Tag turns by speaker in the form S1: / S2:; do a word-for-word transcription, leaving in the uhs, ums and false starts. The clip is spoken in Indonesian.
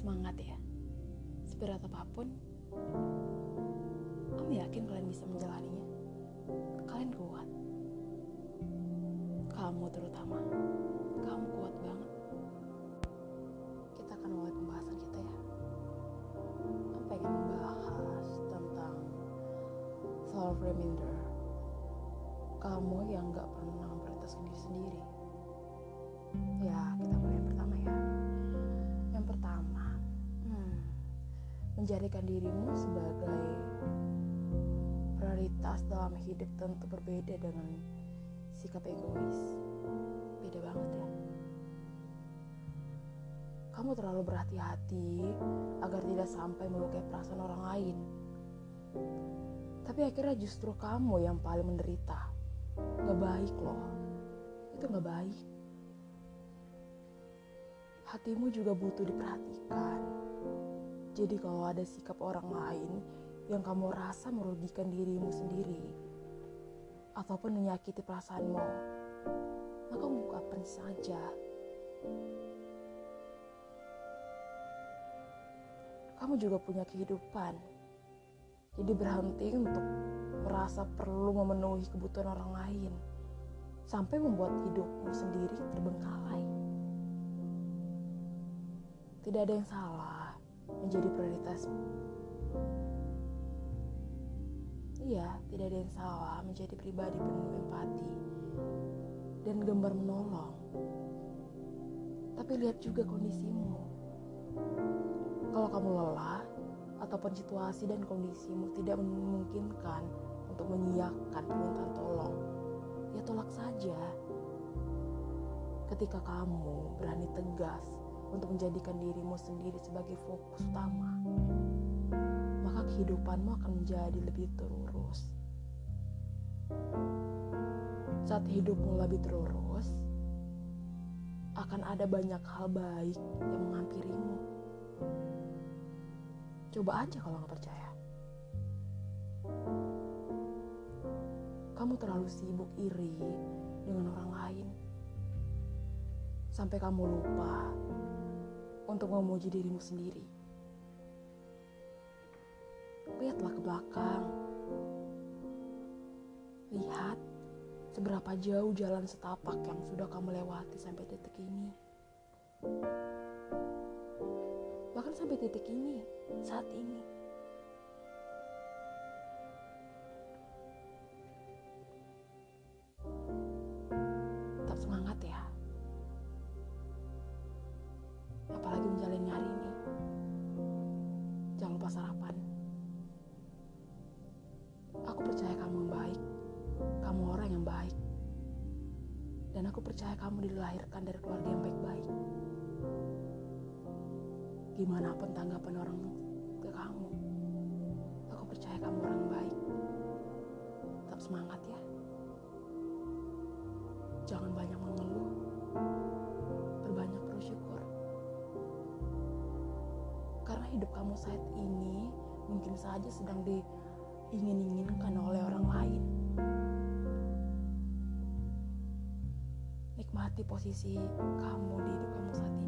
S1: semangat ya. Seberat apapun, Om yakin kalian bisa menjalaninya. Kalian kuat. Kamu terutama, kamu kuat banget. Kita akan mulai pembahasan kita ya. Om pengen membahas tentang self reminder. Kamu yang gak pernah memprioritaskan diri sendiri. Ya, kita mulai yang pertama ya. Yang pertama, hmm, menjadikan dirimu sebagai prioritas dalam hidup tentu berbeda dengan sikap egois. Beda banget ya. Kamu terlalu berhati-hati agar tidak sampai melukai perasaan orang lain. Tapi akhirnya justru kamu yang paling menderita. Gak baik loh. Itu gak baik. Hatimu juga butuh diperhatikan. Jadi kalau ada sikap orang lain yang kamu rasa merugikan dirimu sendiri ataupun menyakiti perasaanmu, maka ungkapkan saja. Kamu juga punya kehidupan. Jadi berhenti untuk merasa perlu memenuhi kebutuhan orang lain sampai membuat hidupmu sendiri terbengkalai. Tidak ada yang salah menjadi prioritas. Iya, tidak ada yang salah menjadi pribadi penuh empati dan gemar menolong. Tapi lihat juga kondisimu. Kalau kamu lelah ataupun situasi dan kondisimu tidak memungkinkan untuk mengiyakan permintaan tolong, ya tolak saja. Ketika kamu berani tegas untuk menjadikan dirimu sendiri sebagai fokus utama, maka kehidupanmu akan menjadi lebih terurus. Saat hidupmu lebih terurus, akan ada banyak hal baik yang menghampirimu. Coba aja kalau gak percaya. Kamu terlalu sibuk iri dengan orang lain sampai kamu lupa untuk memuji dirimu sendiri. Lihatlah ke belakang. Lihat seberapa jauh jalan setapak yang sudah kamu lewati sampai detik ini. Bahkan sampai titik ini, saat ini. Tetap semangat ya. Apalagi menjalani hari ini. Jangan lupa sarapan. Aku percaya kamu baik. Kamu orang yang baik. Dan aku percaya kamu dilahirkan dari keluarga yang baik-baik. Gimana pun tanggapan orang ke kamu, aku percaya kamu orang baik. Tetap semangat ya. Jangan banyak mengeluh. Berbanyak bersyukur. Karena hidup kamu saat ini mungkin saja sedang diingin-inginkan oleh orang lain. Nikmati posisi kamu di hidup kamu saat ini.